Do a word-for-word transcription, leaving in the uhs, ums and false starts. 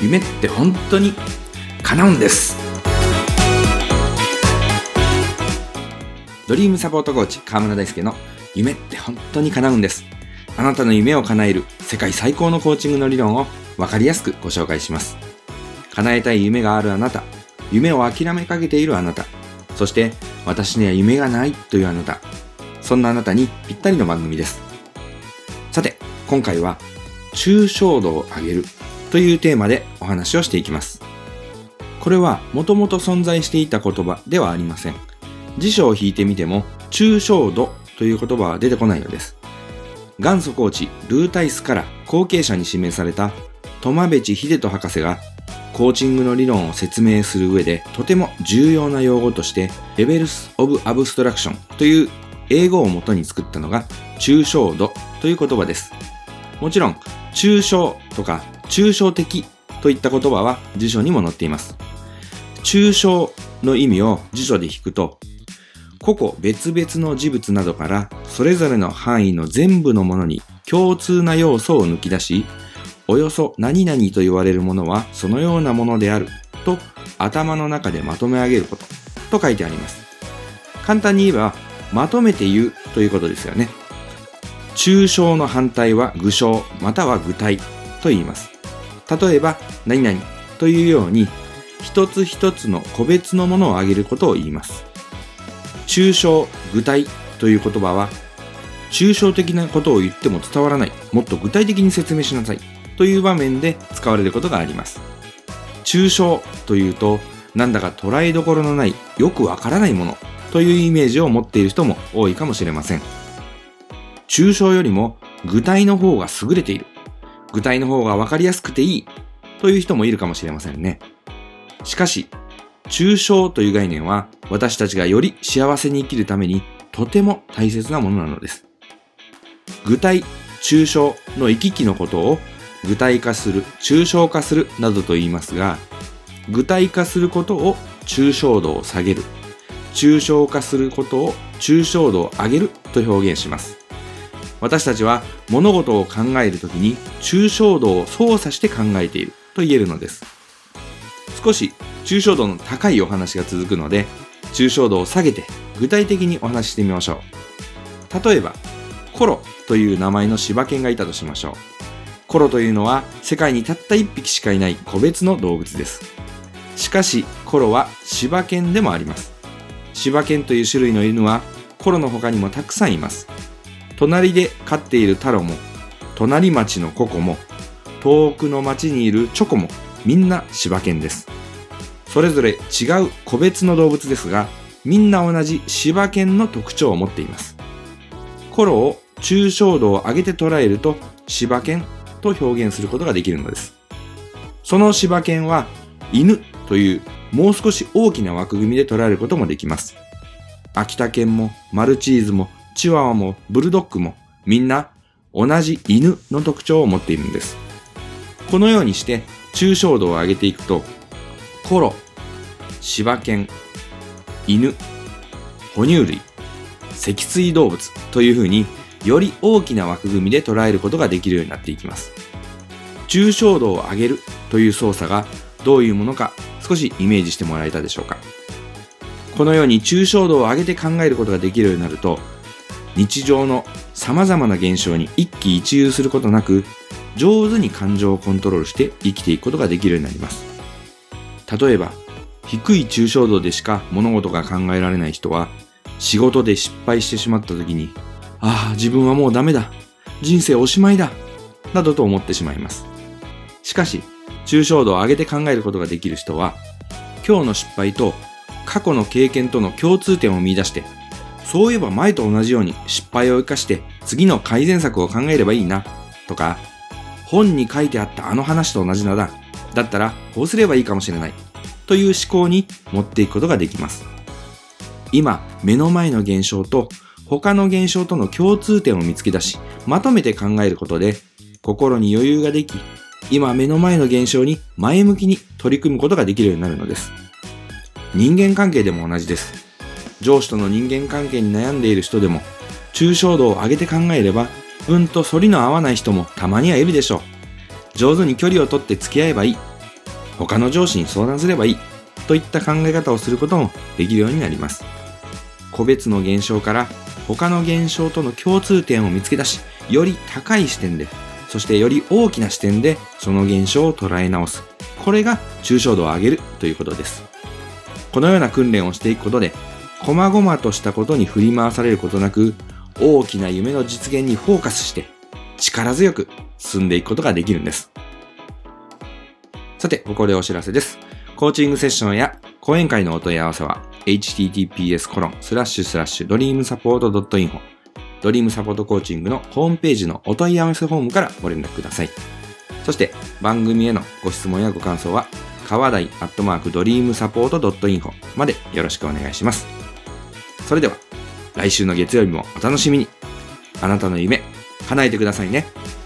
夢って本当に叶うんです。ドリームサポートコーチ川村大輔の夢って本当に叶うんです。あなたの夢を叶える世界最高のコーチングの理論を分かりやすくご紹介します。叶えたい夢があるあなた、夢を諦めかけているあなた、そして私には夢がないというあなた、そんなあなたにぴったりの番組です。さて、今回は抽象度を上げるというテーマでお話をしていきます。これはもともと存在していた言葉ではありません。辞書を引いてみても抽象度という言葉は出てこないのです。元祖コーチルータイスから後継者に指名された苫米地秀人博士がコーチングの理論を説明する上でとても重要な用語としてレベルス・オブ・アブストラクションという英語を元に作ったのが抽象度という言葉です。もちろん抽象とか抽象的といった言葉は辞書にも載っています。抽象の意味を辞書で引くと、個々別々の事物などからそれぞれの範囲の全部のものに共通な要素を抜き出し、およそ何々と言われるものはそのようなものであると頭の中でまとめ上げることと書いてあります。簡単に言えばまとめて言うということですよね。抽象の反対は具象または具体と言います。例えば何々というように一つ一つの個別のものを挙げることを言います。抽象具体という言葉は抽象的なことを言っても伝わらない、もっと具体的に説明しなさいという場面で使われることがあります。抽象というとなんだか捉えどころのないよくわからないものというイメージを持っている人も多いかもしれません。抽象よりも具体の方が優れている、具体の方がわかりやすくていいという人もいるかもしれませんね。しかし抽象という概念は私たちがより幸せに生きるためにとても大切なものなのです。具体、抽象の行き来のことを具体化する、抽象化するなどと言いますが、具体化することを抽象度を下げる、抽象化することを抽象度を上げると表現します。私たちは物事を考えるときに抽象度を操作して考えていると言えるのです。少し抽象度の高いお話が続くので、抽象度を下げて具体的にお話ししてみましょう。例えば、コロという名前の柴犬がいたとしましょう。コロというのは世界にたった一匹しかいない個別の動物です。しかし、コロは柴犬でもあります。柴犬という種類の犬はコロの他にもたくさんいます。隣で飼っているタロも、隣町のココも、遠くの町にいるチョコも、みんな柴犬です。それぞれ違う個別の動物ですが、みんな同じ柴犬の特徴を持っています。コロを抽象度を上げて捉えると、柴犬と表現することができるのです。その柴犬は犬というもう少し大きな枠組みで捉えることもできます。秋田犬もマルチーズもチワワもブルドッグもみんな同じ犬の特徴を持っているんです。このようにして抽象度を上げていくと、コロ、柴犬、犬、哺乳類、脊椎動物というふうにより大きな枠組みで捉えることができるようになっていきます。抽象度を上げるという操作がどういうものか少しイメージしてもらえたでしょうか。このように抽象度を上げて考えることができるようになると、日常の様々な現象に一喜一憂することなく、上手に感情をコントロールして生きていくことができるようになります。例えば、低い抽象度でしか物事が考えられない人は、仕事で失敗してしまった時に、ああ、自分はもうダメだ、人生おしまいだ、などと思ってしまいます。しかし、抽象度を上げて考えることができる人は、今日の失敗と過去の経験との共通点を見出して、そういえば前と同じように失敗を生かして次の改善策を考えればいいな、とか、本に書いてあったあの話と同じのだ、だったらこうすればいいかもしれない、という思考に持っていくことができます。今、目の前の現象と他の現象との共通点を見つけ出し、まとめて考えることで、心に余裕ができ、今目の前の現象に前向きに取り組むことができるようになるのです。人間関係でも同じです。上司との人間関係に悩んでいる人でも、抽象度を上げて考えれば、うんと反りの合わない人もたまにはいるでしょう。上手に距離を取って付き合えばいい他の上司に相談すればいいといった考え方をすることもできるようになります。個別の現象から他の現象との共通点を見つけ出し、より高い視点で、そしてより大きな視点でその現象を捉え直す。これが抽象度を上げるということです。このような訓練をしていくことで、細々としたことに振り回されることなく、大きな夢の実現にフォーカスして力強く進んでいくことができるんです。さて、ここでお知らせです。コーチングセッションや講演会のお問い合わせは エイチティーティーピーエスコロンスラッシュスラッシュドリームサポートドットインフォ ドリームサポートコーチングのホームページのお問い合わせフォームからご連絡ください。そして番組へのご質問やご感想は川台アットマークドリームサポートドットインフォまでよろしくお願いします。それでは来週の月曜日もお楽しみに。あなたの夢叶えてくださいね。